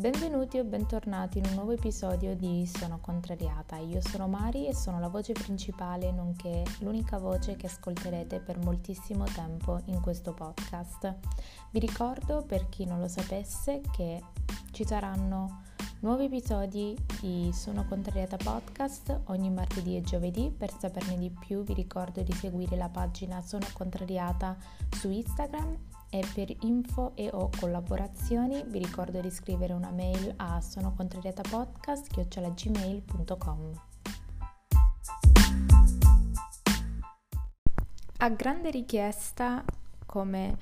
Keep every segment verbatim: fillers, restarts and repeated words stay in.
Benvenuti o bentornati in un nuovo episodio di Sono Contrariata. Io sono Mari e sono la voce principale, nonché l'unica voce che ascolterete per moltissimo tempo in questo podcast. Vi ricordo, per chi non lo sapesse, che ci saranno nuovi episodi di Sono Contrariata podcast ogni martedì e giovedì. Per saperne di più vi ricordo di seguire la pagina Sono Contrariata su Instagram. E per info e o collaborazioni vi ricordo di scrivere una mail a sonocontrariatapodcast chiocciola gmail punto com. A grande richiesta, come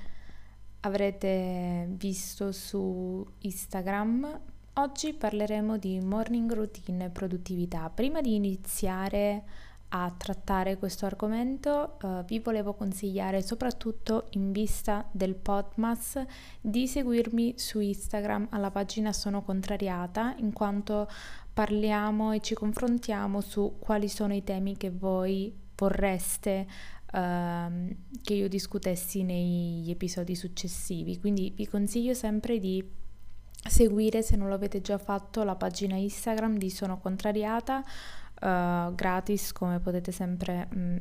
avrete visto su Instagram, oggi parleremo di morning routine e produttività. Prima di iniziare a trattare questo argomento uh, vi volevo consigliare, soprattutto in vista del Podmas, di seguirmi su Instagram alla pagina Sono Contrariata, in quanto parliamo e ci confrontiamo su quali sono i temi che voi vorreste uh, che io discutessi negli episodi successivi. Quindi vi consiglio sempre di seguire, se non lo avete già fatto, la pagina Instagram di Sono Contrariata. Uh, gratis, come potete sempre mh,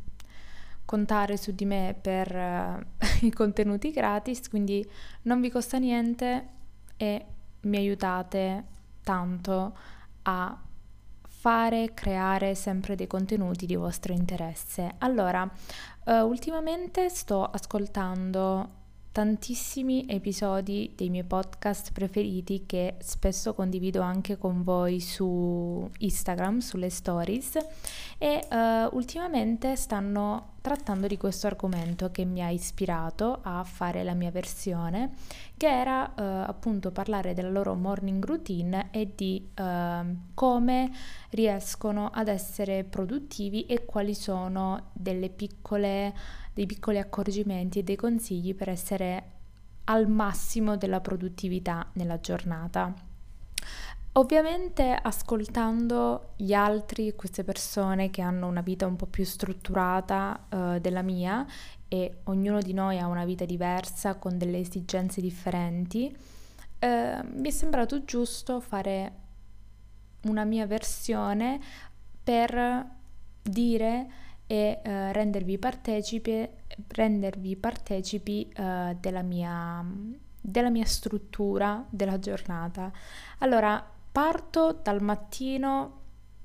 contare su di me per uh, i contenuti gratis, quindi non vi costa niente e mi aiutate tanto a fare, creare sempre dei contenuti di vostro interesse. Allora, uh, ultimamente sto ascoltando tantissimi episodi dei miei podcast preferiti che spesso condivido anche con voi su Instagram, sulle stories, e uh, ultimamente stanno trattando di questo argomento che mi ha ispirato a fare la mia versione, che era uh, appunto parlare della loro morning routine e di uh, come riescono ad essere produttivi e quali sono delle piccole dei piccoli accorgimenti e dei consigli per essere al massimo della produttività nella giornata. Ovviamente ascoltando gli altri, queste persone che hanno una vita un po' più strutturata uh, della mia, e ognuno di noi ha una vita diversa con delle esigenze differenti, uh, mi è sembrato giusto fare una mia versione per dire e uh, rendervi partecipi, rendervi partecipi uh, della mia, della mia struttura della giornata. Allora, parto dal mattino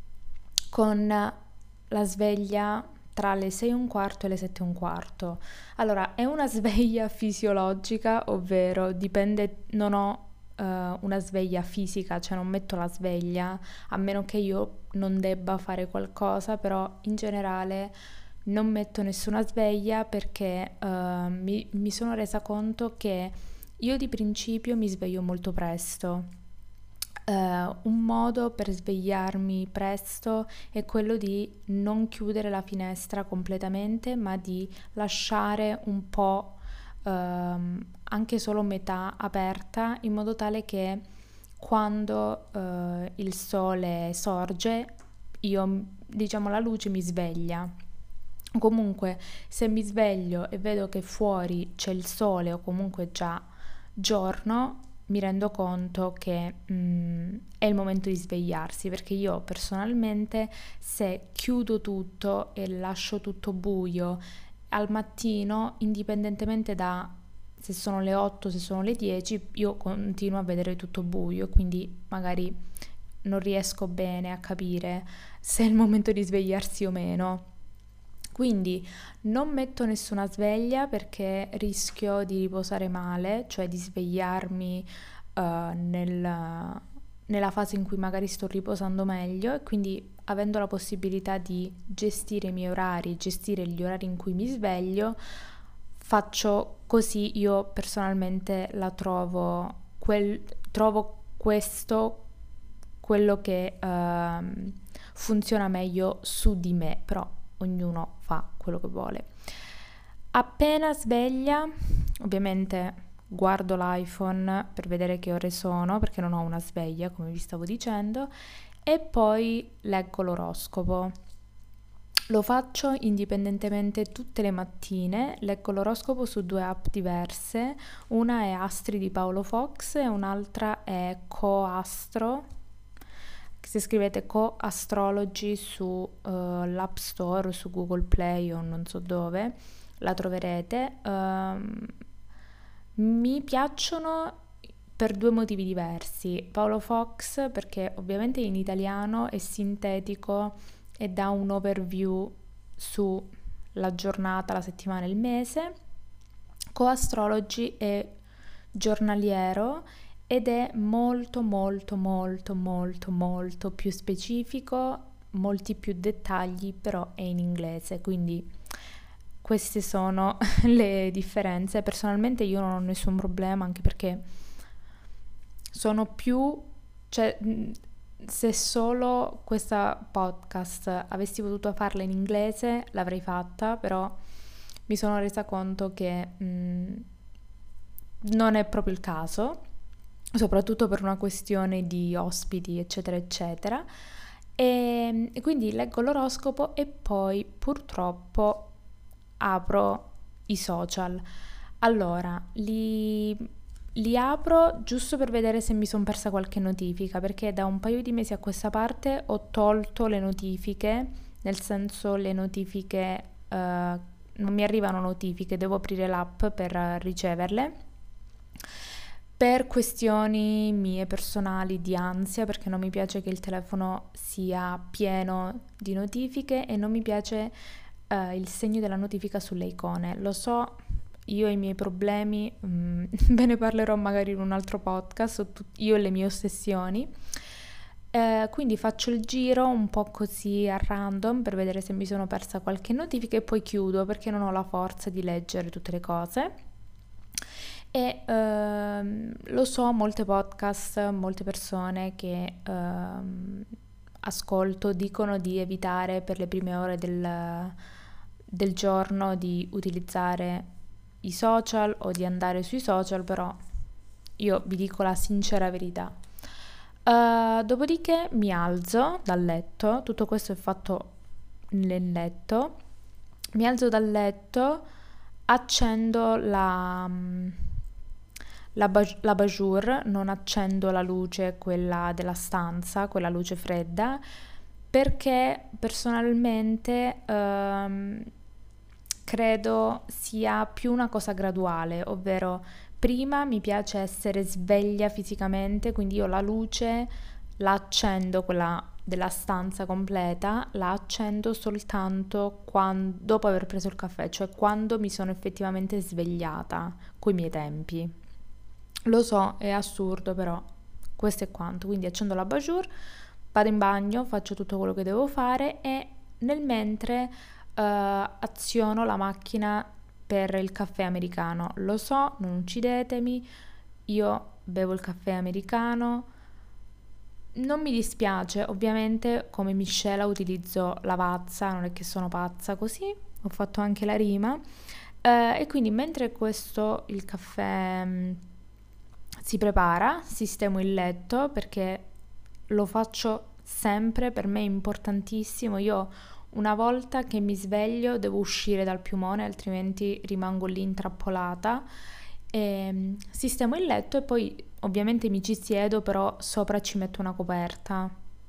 con la sveglia tra le sei e un quarto e le sette e un quarto. Allora, è una sveglia fisiologica, ovvero dipende, non ho Uh, una sveglia fisica, cioè non metto la sveglia a meno che io non debba fare qualcosa, però in generale non metto nessuna sveglia perché uh, mi, mi sono resa conto che io di principio mi sveglio molto presto. Uh, un modo per svegliarmi presto è quello di non chiudere la finestra completamente, ma di lasciare un po' Uh, anche solo metà aperta, in modo tale che quando uh, il sole sorge, io, diciamo, la luce mi sveglia. Comunque, se mi sveglio e vedo che fuori c'è il sole o comunque già giorno, mi rendo conto che mm, è il momento di svegliarsi, perché io personalmente, se chiudo tutto e lascio tutto buio al mattino, indipendentemente da se sono le otto, se sono le dieci, io continuo a vedere tutto buio, quindi magari non riesco bene a capire se è il momento di svegliarsi o meno. Quindi non metto nessuna sveglia perché rischio di riposare male, cioè di svegliarmi uh, nel, nella fase in cui magari sto riposando meglio, e quindi, avendo la possibilità di gestire i miei orari, gestire gli orari in cui mi sveglio, faccio così. Io personalmente la trovo, quel, trovo questo quello che uh, funziona meglio su di me, però ognuno fa quello che vuole. Appena sveglia, ovviamente guardo l'iPhone per vedere che ore sono, perché non ho una sveglia, come vi stavo dicendo, e poi leggo l'oroscopo. Lo faccio indipendentemente tutte le mattine, leggo l'oroscopo su due app diverse, una è Astri di Paolo Fox e un'altra è Coastro. Se scrivete Co-Astrology su uh, l'App Store o su Google Play o non so dove, la troverete. Um, mi piacciono per due motivi diversi. Paolo Fox perché ovviamente in italiano è sintetico e dà un overview sulla giornata, la settimana e il mese. Co-Astrology è giornaliero ed è molto molto molto molto molto più specifico, molti più dettagli, però è in inglese, quindi queste sono le differenze. Personalmente io non ho nessun problema, anche perché sono più, cioè se solo questa podcast avessi potuto farla in inglese l'avrei fatta, però mi sono resa conto che mh, non è proprio il caso, soprattutto per una questione di ospiti eccetera eccetera, e, e quindi leggo l'oroscopo e poi purtroppo apro i social. Allora, li, li apro giusto per vedere se mi sono persa qualche notifica, perché da un paio di mesi a questa parte ho tolto le notifiche, nel senso le notifiche, uh, non mi arrivano notifiche, devo aprire l'app per riceverle, per questioni mie personali di ansia, perché non mi piace che il telefono sia pieno di notifiche e non mi piace uh, il segno della notifica sulle icone. Lo so, io e i miei problemi, um, ve ne parlerò magari in un altro podcast, io e le mie ossessioni. Uh, quindi faccio il giro un po' così a random per vedere se mi sono persa qualche notifica e poi chiudo, perché non ho la forza di leggere tutte le cose. E ehm, lo so, molte podcast, molte persone che ehm, ascolto dicono di evitare per le prime ore del, del giorno di utilizzare i social o di andare sui social, però io vi dico la sincera verità. Uh, dopodiché mi alzo dal letto, tutto questo è fatto nel letto, mi alzo dal letto, accendo la... La, ba- la bajour, non accendo la luce, quella della stanza, quella luce fredda, perché personalmente ehm, credo sia più una cosa graduale, ovvero prima mi piace essere sveglia fisicamente, quindi io la luce la accendo, quella della stanza completa, la accendo soltanto quando, dopo aver preso il caffè, cioè quando mi sono effettivamente svegliata, coi miei tempi. Lo so, è assurdo, però questo è quanto. Quindi accendo la bajour, vado in bagno, faccio tutto quello che devo fare e nel mentre uh, aziono la macchina per il caffè americano. Lo so, non uccidetemi, io bevo il caffè americano. Non mi dispiace, ovviamente come miscela utilizzo la Lavazza, non è che sono pazza così, ho fatto anche la rima. Uh, e quindi mentre questo, il caffè... Mh, si prepara, sistemo il letto perché lo faccio sempre, per me è importantissimo. Io una volta che mi sveglio devo uscire dal piumone, altrimenti rimango lì intrappolata. E sistemo il letto e poi ovviamente mi ci siedo, però sopra ci metto una coperta.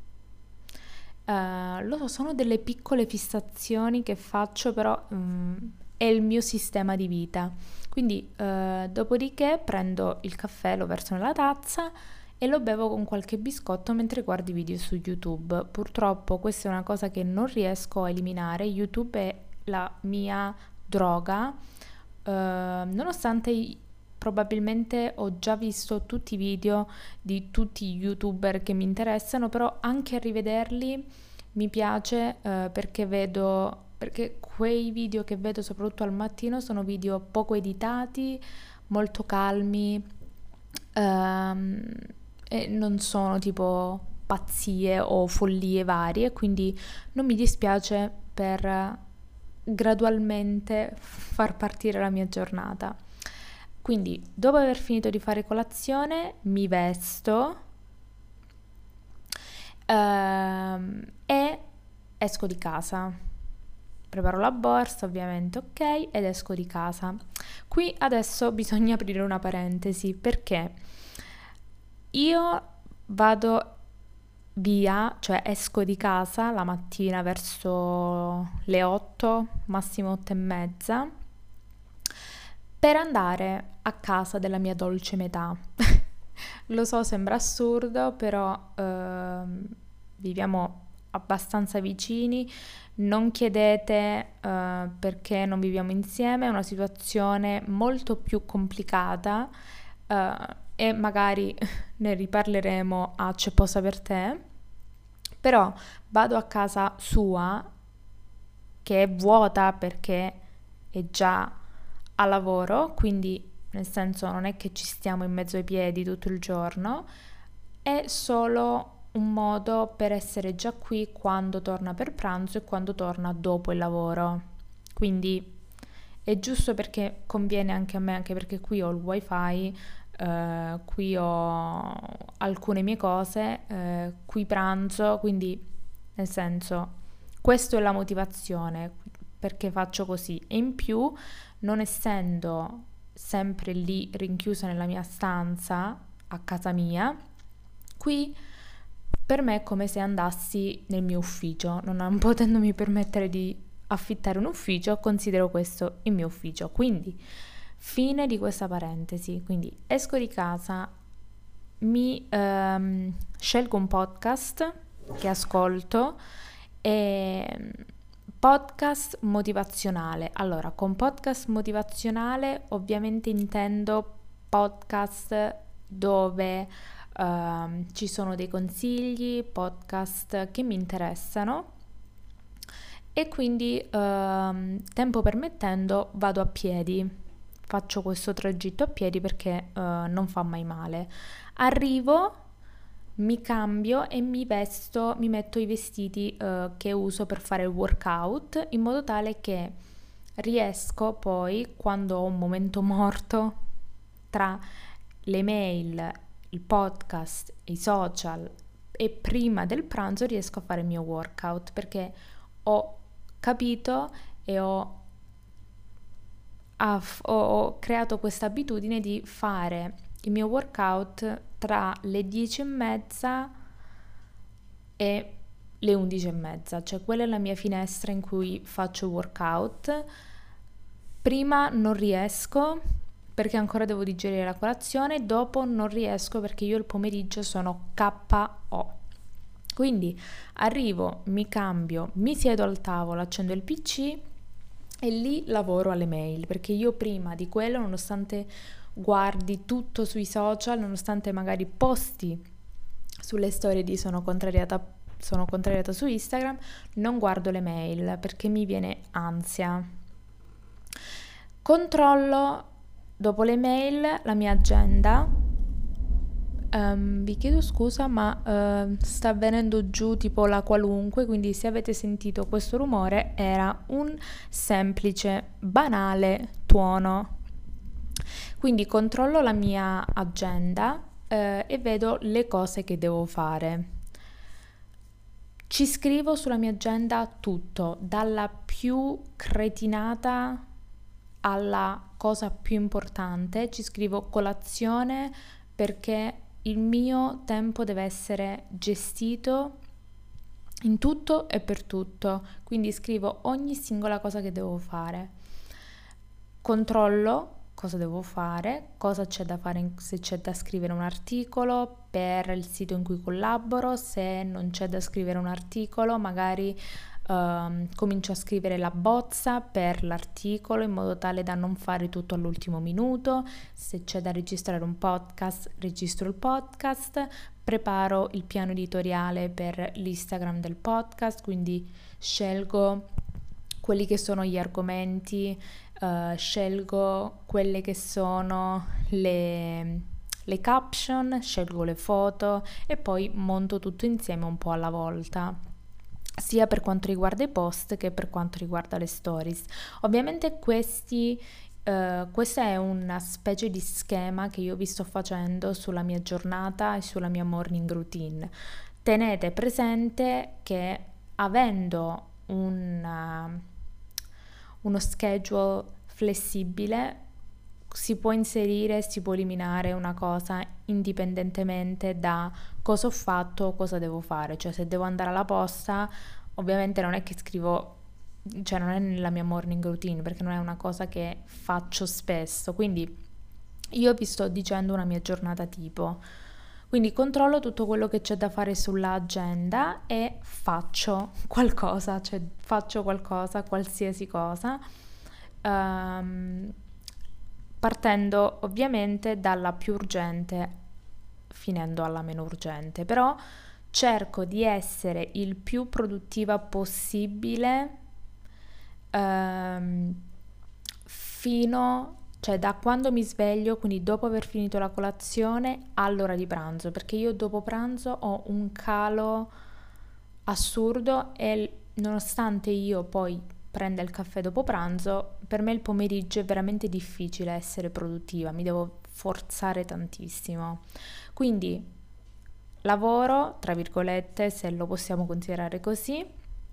Uh, lo so, sono delle piccole fissazioni che faccio, però um, è il mio sistema di vita. Quindi uh, dopodiché prendo il caffè, lo verso nella tazza e lo bevo con qualche biscotto mentre guardo i video su YouTube. Purtroppo questa è una cosa che non riesco a eliminare. YouTube è la mia droga, uh, nonostante probabilmente ho già visto tutti i video di tutti i YouTuber che mi interessano, però anche a rivederli mi piace uh, perché vedo, perché quei video che vedo soprattutto al mattino sono video poco editati, molto calmi, um, e non sono tipo pazzie o follie varie, quindi non mi dispiace per gradualmente far partire la mia giornata. Quindi dopo aver finito di fare colazione mi vesto ehm, e esco di casa. preparo la borsa, ovviamente, ok, ed esco di casa. Qui adesso bisogna aprire una parentesi, perché io vado via, cioè esco di casa la mattina verso le otto, massimo otto e mezza, per andare a casa della mia dolce metà. Lo so, sembra assurdo, però ehm, viviamo abbastanza vicini. Non chiedete eh, perché non viviamo insieme, è una situazione molto più complicata eh, e magari ne riparleremo a C'è posta per te. Però vado a casa sua, che è vuota perché è già a lavoro, quindi nel senso non è che ci stiamo in mezzo ai piedi tutto il giorno, è solo un modo per essere già qui quando torna per pranzo e quando torna dopo il lavoro. Quindi è giusto, perché conviene anche a me, anche perché qui ho il wifi, eh, qui ho alcune mie cose, eh, qui pranzo, quindi nel senso questa è la motivazione perché faccio così. E in più, non essendo sempre lì rinchiusa nella mia stanza a casa mia, qui per me è come se andassi nel mio ufficio, non potendomi permettere di affittare un ufficio, considero questo il mio ufficio. Quindi fine di questa parentesi. Quindi esco di casa, mi ehm, scelgo un podcast che ascolto, e podcast motivazionale. Allora, con podcast motivazionale ovviamente intendo podcast dove uh, ci sono dei consigli, podcast che mi interessano, e quindi uh, tempo permettendo vado a piedi, faccio questo tragitto a piedi perché uh, non fa mai male. Arrivo, mi cambio e mi vesto, mi metto i vestiti uh, che uso per fare il workout, in modo tale che riesco poi, quando ho un momento morto tra le mail, il podcast, i social e prima del pranzo, riesco a fare il mio workout, perché ho capito e ho, ho creato questa abitudine di fare il mio workout tra le dieci e mezza e le undici e mezza, cioè quella è la mia finestra in cui faccio workout. Prima non riesco perché ancora devo digerire la colazione, dopo non riesco perché io il pomeriggio sono K O. Quindi arrivo, mi cambio, mi siedo al tavolo, accendo il P C e lì lavoro alle mail, perché io prima di quello, nonostante guardi tutto sui social, nonostante magari posti sulle storie di sono contrariata, sono contrariata su Instagram, non guardo le mail perché mi viene ansia. Controllo dopo le mail la mia agenda. Um, vi chiedo scusa, ma uh, sta venendo giù tipo la qualunque, quindi se avete sentito questo rumore era un semplice, banale tuono. Quindi controllo la mia agenda eh, e vedo le cose che devo fare. Ci scrivo sulla mia agenda tutto, dalla più cretinata alla cosa più importante. Ci scrivo colazione, perché il mio tempo deve essere gestito in tutto e per tutto, quindi scrivo ogni singola cosa che devo fare. Controllo cosa devo fare, cosa c'è da fare, se c'è da scrivere un articolo per il sito in cui collaboro, se non c'è da scrivere un articolo magari Uh, comincio a scrivere la bozza per l'articolo in modo tale da non fare tutto all'ultimo minuto. Se c'è da registrare un podcast, registro il podcast, preparo il piano editoriale per l'Instagram del podcast, quindi scelgo quelli che sono gli argomenti, uh, scelgo quelle che sono le, le caption, scelgo le foto e poi monto tutto insieme un po' alla volta, sia per quanto riguarda i post che per quanto riguarda le stories. Ovviamente questi, uh, questa è una specie di schema che io vi sto facendo sulla mia giornata e sulla mia morning routine. Tenete presente che avendo una, uno schedule flessibile, si può inserire, si può eliminare una cosa indipendentemente da cosa ho fatto o cosa devo fare. Cioè, se devo andare alla posta, ovviamente non è che scrivo, cioè non è nella mia morning routine, perché non è una cosa che faccio spesso, quindi io vi sto dicendo una mia giornata tipo. Quindi controllo tutto quello che c'è da fare sull'agenda e faccio qualcosa, cioè faccio qualcosa, qualsiasi cosa, ehm, partendo ovviamente dalla più urgente, finendo alla meno urgente, però cerco di essere il più produttiva possibile ehm, fino cioè da quando mi sveglio, quindi dopo aver finito la colazione, all'ora di pranzo, perché io dopo pranzo ho un calo assurdo e nonostante io poi prenda il caffè dopo pranzo, per me il pomeriggio è veramente difficile essere produttiva, mi devo forzare tantissimo. Quindi lavoro, tra virgolette, se lo possiamo considerare così,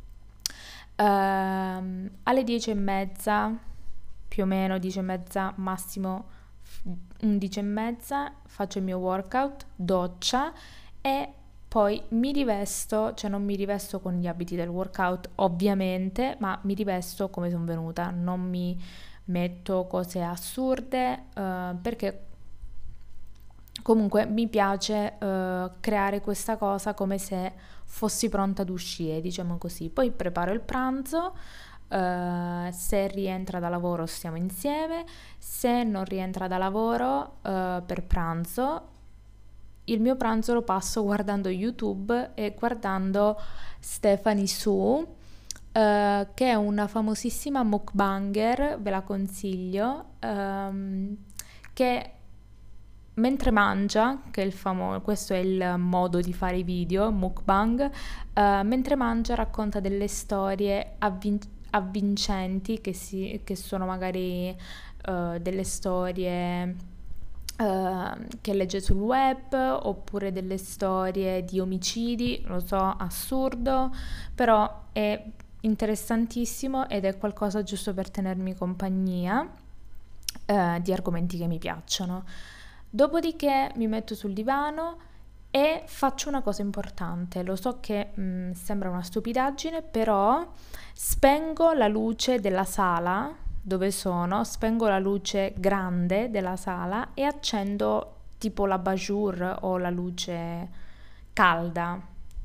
ehm, alle dieci e mezza più o meno dieci e mezza, massimo undici e mezza, faccio il mio workout, doccia e poi mi rivesto, cioè non mi rivesto con gli abiti del workout ovviamente, ma mi rivesto come sono venuta, non mi metto cose assurde eh, perché comunque mi piace eh, creare questa cosa come se fossi pronta ad uscire, diciamo così. Poi preparo il pranzo. Uh, se rientra da lavoro stiamo insieme, se non rientra da lavoro uh, per pranzo, il mio pranzo lo passo guardando YouTube e guardando Stephanie Su, uh, che è una famosissima mukbanger, ve la consiglio, um, che mentre mangia, che è il famo- questo è il modo di fare i video, mukbang, uh, mentre mangia racconta delle storie avvincenti avvincenti che, si, che sono magari uh, delle storie uh, che legge sul web oppure delle storie di omicidi, lo so, assurdo, però è interessantissimo ed è qualcosa giusto per tenermi compagnia uh, di argomenti che mi piacciono. Dopodiché mi metto sul divano e faccio una cosa importante, lo so che mh, sembra una stupidaggine, però spengo la luce della sala dove sono, spengo la luce grande della sala e accendo tipo la bajour o la luce calda.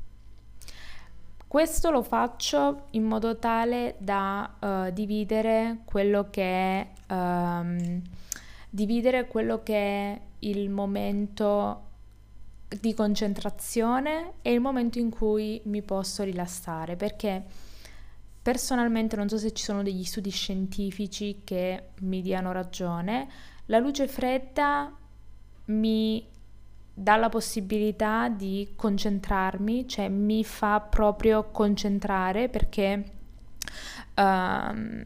Questo lo faccio in modo tale da uh, dividere quello che è um, dividere quello che è il momento di concentrazione e il momento in cui mi posso rilassare, perché personalmente non so se ci sono degli studi scientifici che mi diano ragione, la luce fredda mi dà la possibilità di concentrarmi, cioè mi fa proprio concentrare perché uh,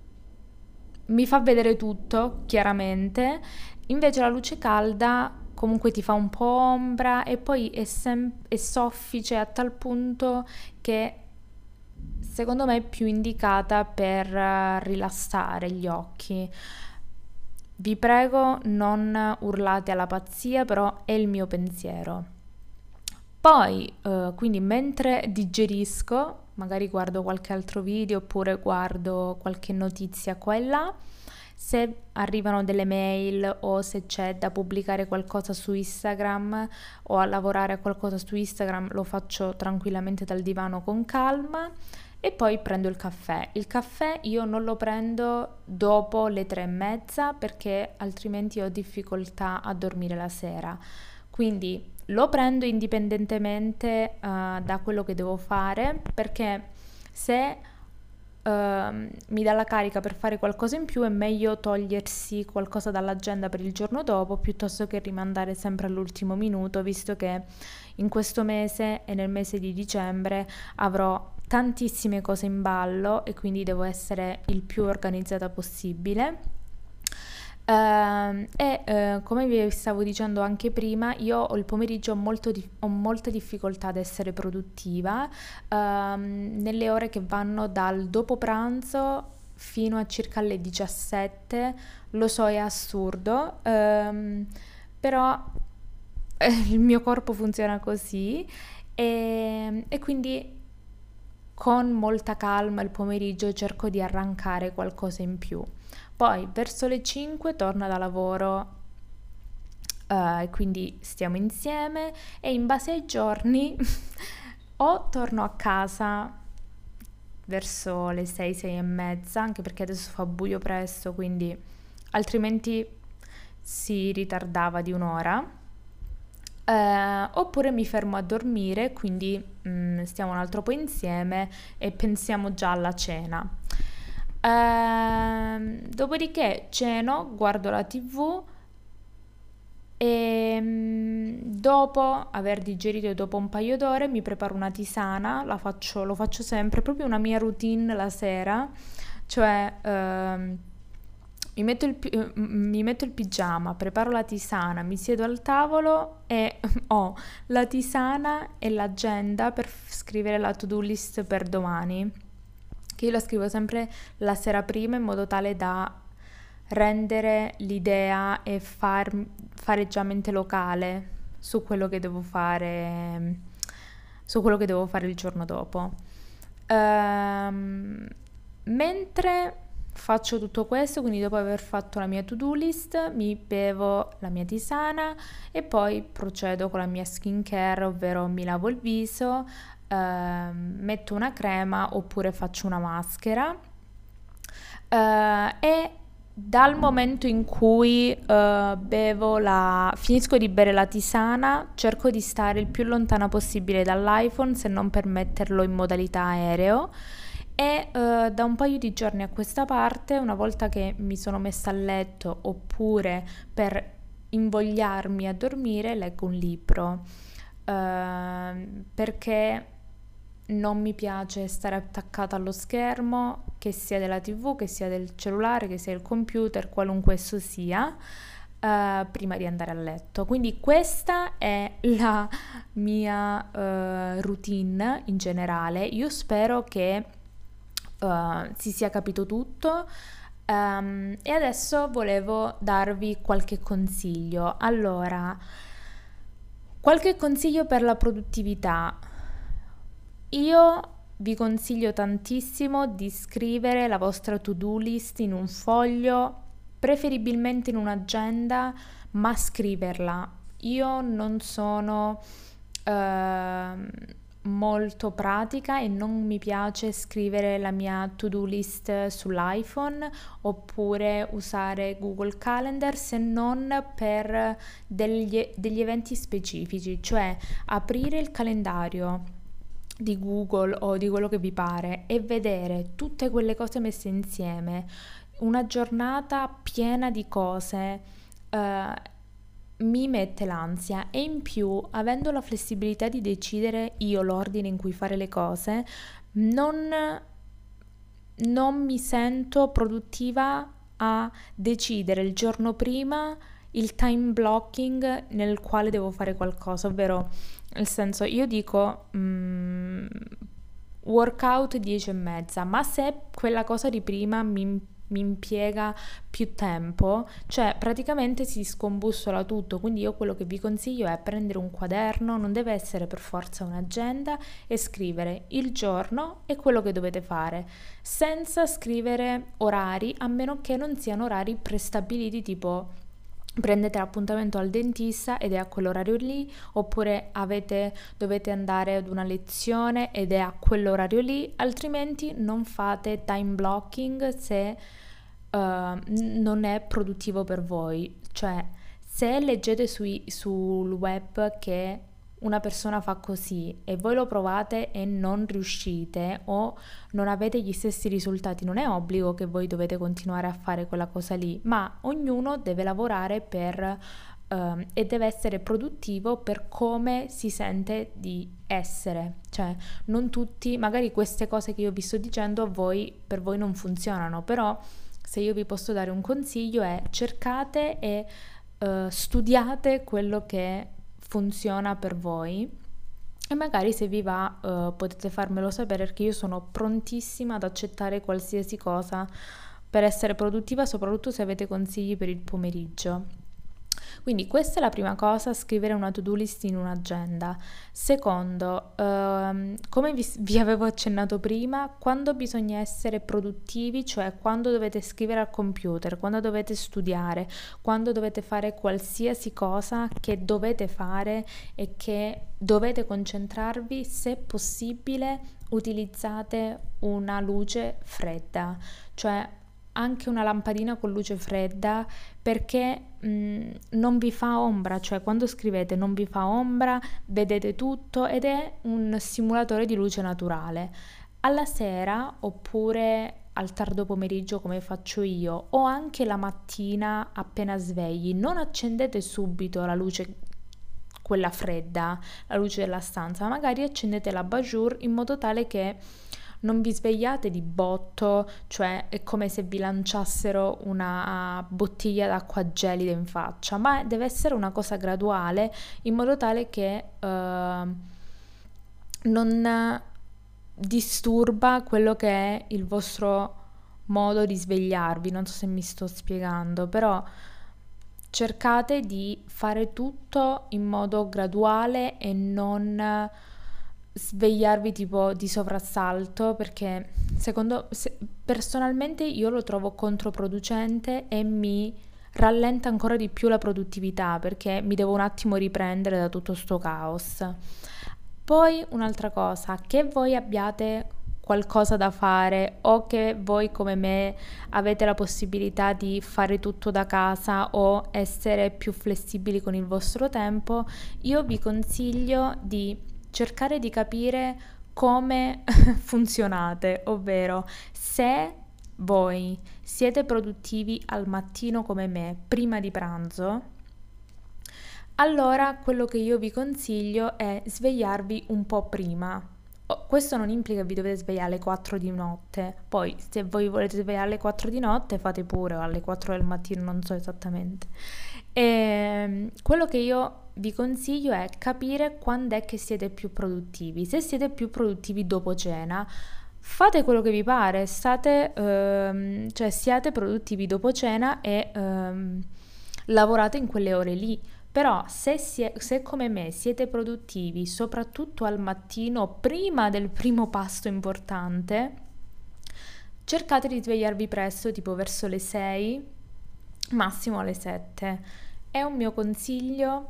mi fa vedere tutto chiaramente, invece la luce calda comunque ti fa un po' ombra e poi è, sem- è soffice a tal punto che secondo me è più indicata per uh, rilassare gli occhi. Vi prego, non urlate alla pazzia, però è il mio pensiero. Poi, uh, quindi mentre digerisco, magari guardo qualche altro video oppure guardo qualche notizia qua e là, se arrivano delle mail o se c'è da pubblicare qualcosa su Instagram o a lavorare a qualcosa su Instagram, lo faccio tranquillamente dal divano con calma e poi prendo il caffè. Il caffè io non lo prendo dopo le tre e mezza perché altrimenti ho difficoltà a dormire la sera. Quindi lo prendo indipendentemente uh, da quello che devo fare, perché se Uh, mi dà la carica per fare qualcosa in più è meglio togliersi qualcosa dall'agenda per il giorno dopo piuttosto che rimandare sempre all'ultimo minuto, visto che in questo mese e nel mese di dicembre avrò tantissime cose in ballo e quindi devo essere il più organizzata possibile. Uh, e uh, come vi stavo dicendo anche prima, io ho il pomeriggio ho, molto di- ho molta difficoltà ad essere produttiva uh, nelle ore che vanno dal dopo pranzo fino a circa le diciassette. Lo so, è assurdo, ehm, però eh, il mio corpo funziona così e, e quindi con molta calma il pomeriggio cerco di arrancare qualcosa in più. Poi verso le cinque torno da lavoro eh, e quindi stiamo insieme e in base ai giorni o torno a casa verso le sei, sei e mezza, anche perché adesso fa buio presto, quindi altrimenti si ritardava di un'ora. Eh, oppure mi fermo a dormire, quindi mm, stiamo un altro po' insieme e pensiamo già alla cena. Ehm, dopodiché ceno, guardo la tivù e mm, dopo aver digerito, dopo un paio d'ore, mi preparo una tisana, la faccio, lo faccio sempre, proprio una mia routine la sera, cioè ehm, mi metto il, pi- eh, m- mi metto il pigiama, preparo la tisana, mi siedo al tavolo e ho la tisana e l'agenda per f- scrivere la to-do list per domani, che io la scrivo sempre la sera prima in modo tale da rendere l'idea e far- fare già mente locale su quello che devo fare, su quello che devo fare il giorno dopo. Ehm, mentre faccio tutto questo, quindi dopo aver fatto la mia to-do list, mi bevo la mia tisana e poi procedo con la mia skincare, ovvero mi lavo il viso, ehm, metto una crema oppure faccio una maschera. Eh, e dal momento in cui eh, bevo la... finisco di bere la tisana, cerco di stare il più lontana possibile dall'iPhone, se non per metterlo in modalità aereo. E eh, da un paio di giorni a questa parte, una volta che mi sono messa a letto oppure per invogliarmi a dormire, leggo un libro. Eh, perché non mi piace stare attaccata allo schermo, che sia della tivù, che sia del cellulare, che sia il computer, qualunque esso sia, eh, prima di andare a letto. Quindi questa è la mia eh, routine in generale. Io spero che eh, si sia capito tutto. Um, e adesso volevo darvi qualche consiglio. Allora, qualche consiglio per la produttività. Io vi consiglio tantissimo di scrivere la vostra to-do list in un foglio, preferibilmente in un'agenda, ma scriverla. Io non sono ehm, molto pratica e non mi piace scrivere la mia to-do list sull'iPhone oppure usare Google Calendar se non per degli, degli eventi specifici, cioè aprire il calendario di Google o di quello che vi pare e vedere tutte quelle cose messe insieme, una giornata piena di cose, eh, mi mette l'ansia e in più, avendo la flessibilità di decidere io l'ordine in cui fare le cose, non, non mi sento produttiva a decidere il giorno prima il time blocking nel quale devo fare qualcosa, ovvero nel senso io dico mm, workout dieci e mezza, ma se quella cosa di prima mi mi impiega più tempo, cioè praticamente si scombussola tutto, quindi io quello che vi consiglio è prendere un quaderno, non deve essere per forza un'agenda, e scrivere il giorno e quello che dovete fare, senza scrivere orari, a meno che non siano orari prestabiliti, tipo prendete l'appuntamento al dentista ed è a quell'orario lì, oppure avete, dovete andare ad una lezione ed è a quell'orario lì, altrimenti non fate time blocking se uh, non è produttivo per voi. Cioè, se leggete sui, sul web che una persona fa così e voi lo provate e non riuscite o non avete gli stessi risultati, non è obbligo che voi dovete continuare a fare quella cosa lì, ma ognuno deve lavorare per um, e deve essere produttivo per come si sente di essere. Cioè, non tutti, magari queste cose che io vi sto dicendo a voi, per voi non funzionano, però se io vi posso dare un consiglio è cercate e uh, studiate quello che funziona per voi E magari se vi va eh, potete farmelo sapere, perché io sono prontissima ad accettare qualsiasi cosa per essere produttiva, soprattutto se avete consigli per il pomeriggio. Quindi questa è la prima cosa, scrivere una to-do list in un'agenda. Secondo, ehm, come vi, vi avevo accennato prima, quando bisogna essere produttivi, cioè quando dovete scrivere al computer, quando dovete studiare, quando dovete fare qualsiasi cosa che dovete fare e che dovete concentrarvi, se possibile utilizzate una luce fredda, cioè anche una lampadina con luce fredda, perché mh, non vi fa ombra, cioè quando scrivete non vi fa ombra, vedete tutto ed è un simulatore di luce naturale. Alla sera oppure al tardo pomeriggio come faccio io, o anche la mattina appena svegli, non accendete subito la luce quella fredda, la luce della stanza, magari accendete la l'abajur in modo tale che non vi svegliate di botto, cioè è come se vi lanciassero una bottiglia d'acqua gelida in faccia, ma deve essere una cosa graduale in modo tale che eh, non disturba quello che è il vostro modo di svegliarvi. Non so se mi sto spiegando, però cercate di fare tutto in modo graduale e non svegliarvi tipo di soprassalto, perché secondo se, personalmente io lo trovo controproducente e mi rallenta ancora di più la produttività, perché mi devo un attimo riprendere da tutto sto caos. Poi un'altra cosa, che voi abbiate qualcosa da fare o che voi come me avete la possibilità di fare tutto da casa o essere più flessibili con il vostro tempo, io vi consiglio di cercare di capire come funzionate, ovvero se voi siete produttivi al mattino come me, prima di pranzo, allora quello che io vi consiglio è svegliarvi un po' prima. Oh, questo non implica che vi dovete svegliare alle quattro di notte, poi se voi volete svegliare alle quattro di notte fate pure, o alle quattro del mattino, non so esattamente. E quello che io vi consiglio è capire quando è che siete più produttivi. Se siete più produttivi dopo cena, fate quello che vi pare, state, ehm, cioè siate produttivi dopo cena e ehm, lavorate in quelle ore lì. Però se, sie- se come me siete produttivi soprattutto al mattino prima del primo pasto importante, cercate di svegliarvi presto, tipo verso le sei, massimo alle sette. È un mio consiglio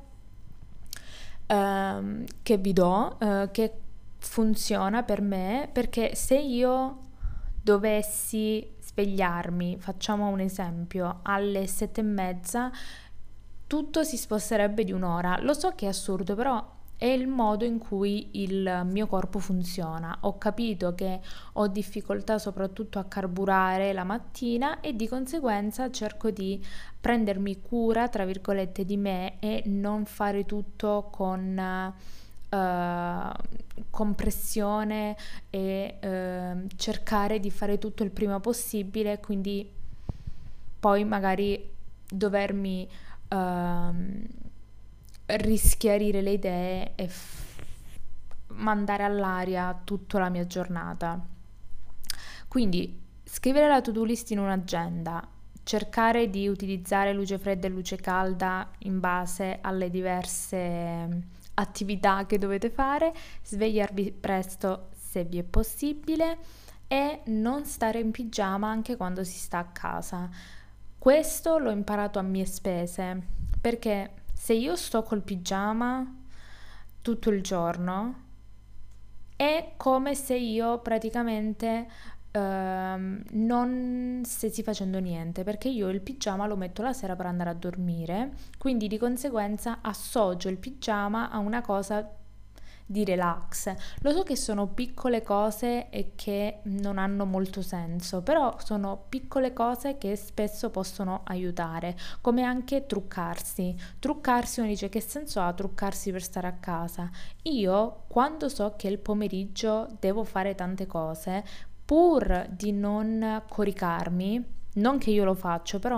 ehm, che vi do, eh, che funziona per me, perché se io dovessi svegliarmi, facciamo un esempio, alle sette e mezza, tutto si sposterebbe di un'ora. Lo so che è assurdo, però è il modo in cui il mio corpo funziona. Ho capito che ho difficoltà soprattutto a carburare la mattina e di conseguenza cerco di prendermi cura, tra virgolette, di me e non fare tutto con Uh, compressione e uh, cercare di fare tutto il prima possibile, quindi poi magari dovermi uh, rischiarire le idee e f- mandare all'aria tutta la mia giornata. Quindi scrivere la to-do list in un'agenda, cercare di utilizzare luce fredda e luce calda in base alle diverse attività che dovete fare, svegliarvi presto se vi è possibile e non stare in pigiama anche quando si sta a casa. Questo l'ho imparato a mie spese, perché se io sto col pigiama tutto il giorno è come se io praticamente ehm, non stessi facendo niente, perché io il pigiama lo metto la sera per andare a dormire, quindi di conseguenza associo il pigiama a una cosa di relax. Lo so che sono piccole cose e che non hanno molto senso, però sono piccole cose che spesso possono aiutare, come anche truccarsi. Truccarsi, uno dice: che senso ha truccarsi per stare a casa? Io, quando so che il pomeriggio devo fare tante cose, pur di non coricarmi, non che io lo faccio, però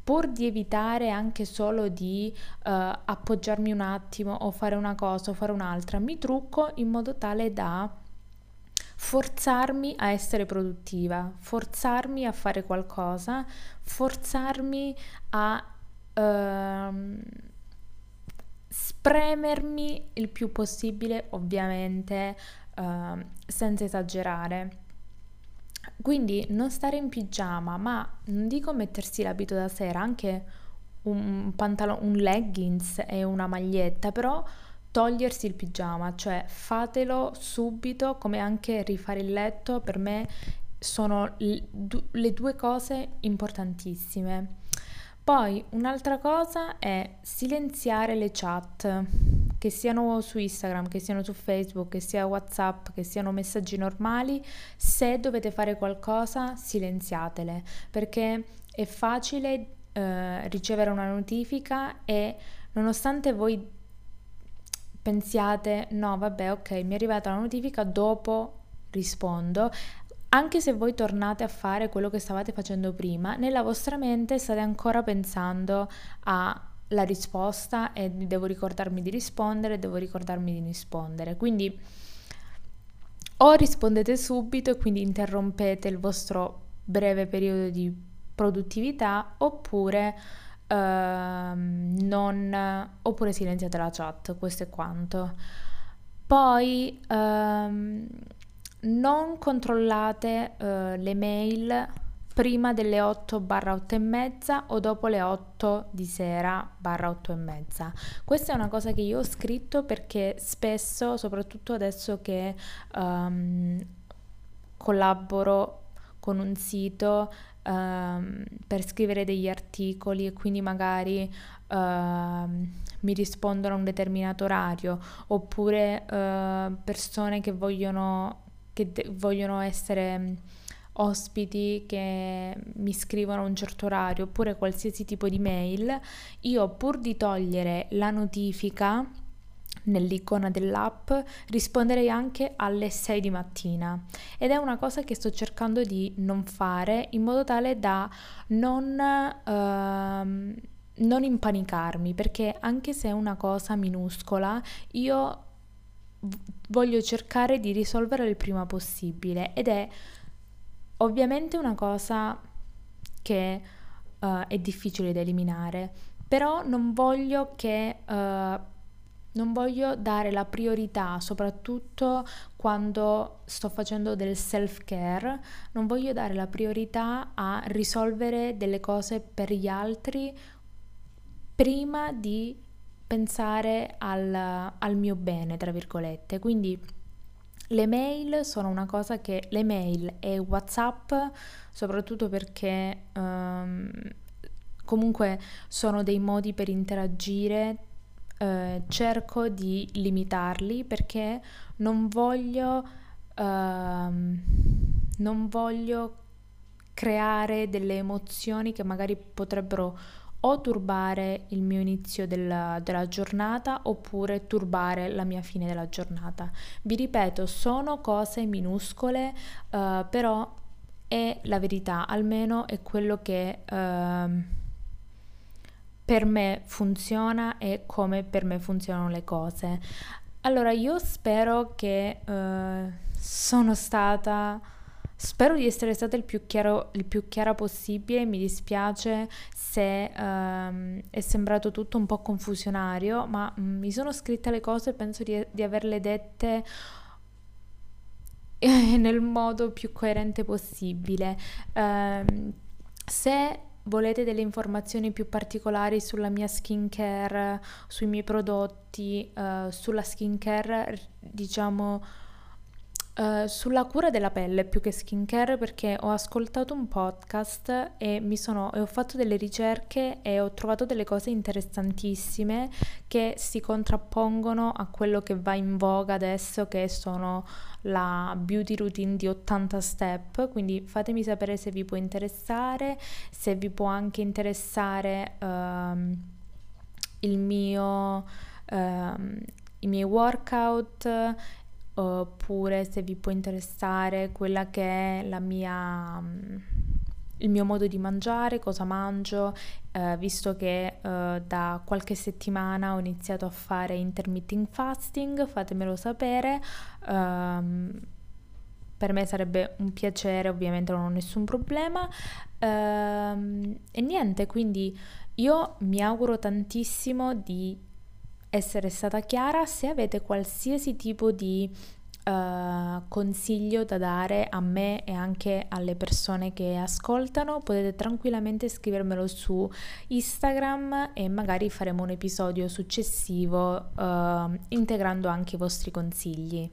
pur di evitare anche solo di uh, appoggiarmi un attimo o fare una cosa o fare un'altra, mi trucco in modo tale da forzarmi a essere produttiva, forzarmi a fare qualcosa, forzarmi a uh, spremermi il più possibile, ovviamente uh, senza esagerare. Quindi non stare in pigiama, ma non dico mettersi l'abito da sera, anche un pantalone, un leggings e una maglietta, però togliersi il pigiama, cioè fatelo subito, come anche rifare il letto, per me sono le due cose importantissime. Poi un'altra cosa è silenziare le chat, che siano su Instagram, che siano su Facebook, che sia WhatsApp, che siano messaggi normali. Se dovete fare qualcosa, silenziatele, perché è facile eh, ricevere una notifica e nonostante voi pensiate no vabbè ok mi è arrivata la notifica, dopo rispondo, anche se voi tornate a fare quello che stavate facendo prima, nella vostra mente state ancora pensando alla risposta e devo ricordarmi di rispondere, devo ricordarmi di rispondere. Quindi o rispondete subito e quindi interrompete il vostro breve periodo di produttività, oppure uh, non oppure silenziate la chat. Questo è quanto. Poi um, non controllate uh, le mail prima delle otto barra otto e mezza o dopo le otto di sera barra otto e mezza. Questa è una cosa che io ho scritto perché spesso, soprattutto adesso che um, collaboro con un sito um, per scrivere degli articoli e quindi magari uh, mi rispondono a un determinato orario, oppure uh, persone che vogliono che de- vogliono essere ospiti che mi scrivono a un certo orario, oppure qualsiasi tipo di mail, io pur di togliere la notifica nell'icona dell'app risponderei anche alle sei di mattina, ed è una cosa che sto cercando di non fare in modo tale da non uh, non impanicarmi, perché anche se è una cosa minuscola io voglio cercare di risolverla il prima possibile, ed è ovviamente una cosa che uh, è difficile da eliminare, però non voglio che uh, non voglio dare la priorità, soprattutto quando sto facendo del self-care, non voglio dare la priorità a risolvere delle cose per gli altri prima di pensare al, al mio bene, tra virgolette. Quindi le mail sono una cosa che, le mail e WhatsApp, soprattutto perché um, comunque sono dei modi per interagire, eh, cerco di limitarli perché non voglio, um, non voglio creare delle emozioni che magari potrebbero o turbare il mio inizio della, della giornata, oppure turbare la mia fine della giornata. Vi ripeto, sono cose minuscole, uh, però è la verità, almeno è quello che uh, per me funziona e come per me funzionano le cose. Allora, io spero che uh, sono stata... Spero di essere stata il più, chiaro, il più chiara possibile. Mi dispiace se um, è sembrato tutto un po' confusionario, ma um, mi sono scritta le cose e penso di, di averle dette nel modo più coerente possibile. Um, se volete delle informazioni più particolari sulla mia skincare, sui miei prodotti, uh, sulla skincare, diciamo... Uh, sulla cura della pelle più che skincare, perché ho ascoltato un podcast e mi sono e ho fatto delle ricerche e ho trovato delle cose interessantissime che si contrappongono a quello che va in voga adesso, che sono la beauty routine di ottanta step. Quindi fatemi sapere se vi può interessare, se vi può anche interessare uh, il mio uh, i miei workout, oppure se vi può interessare quella che è la mia il mio modo di mangiare, cosa mangio, eh, visto che eh, da qualche settimana ho iniziato a fare intermittent fasting, fatemelo sapere. Um, per me sarebbe un piacere, ovviamente non ho nessun problema. Um, e niente, quindi io mi auguro tantissimo di essere stata chiara. Se avete qualsiasi tipo di uh, consiglio da dare a me e anche alle persone che ascoltano, potete tranquillamente scrivermelo su Instagram e magari faremo un episodio successivo uh, integrando anche i vostri consigli.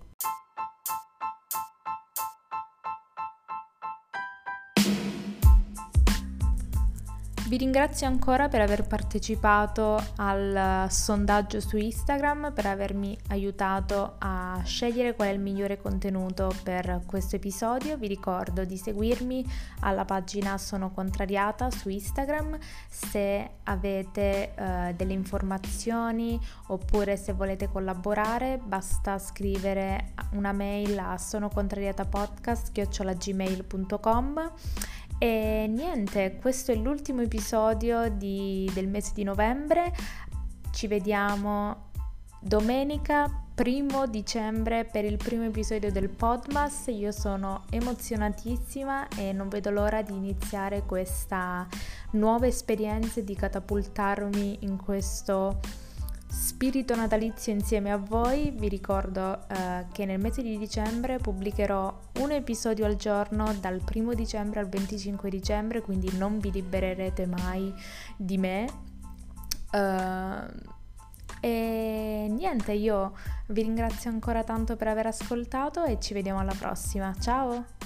Vi ringrazio ancora per aver partecipato al sondaggio su Instagram, per avermi aiutato a scegliere qual è il migliore contenuto per questo episodio. Vi ricordo di seguirmi alla pagina Sono Contrariata su Instagram se avete uh, delle informazioni oppure se volete collaborare. Basta scrivere una mail a sonocontrariatapodcast chiocciola gmail punto com. E niente, questo è l'ultimo episodio di, del mese di novembre. Ci vediamo domenica primo dicembre per il primo episodio del Podmas. Io sono emozionatissima e non vedo l'ora di iniziare questa nuova esperienza e di catapultarmi in questo spirito natalizio insieme a voi. Vi ricordo eh, che nel mese di dicembre pubblicherò un episodio al giorno dal primo dicembre al venticinque dicembre, quindi non vi libererete mai di me. Uh, e niente, io vi ringrazio ancora tanto per aver ascoltato e ci vediamo alla prossima. Ciao!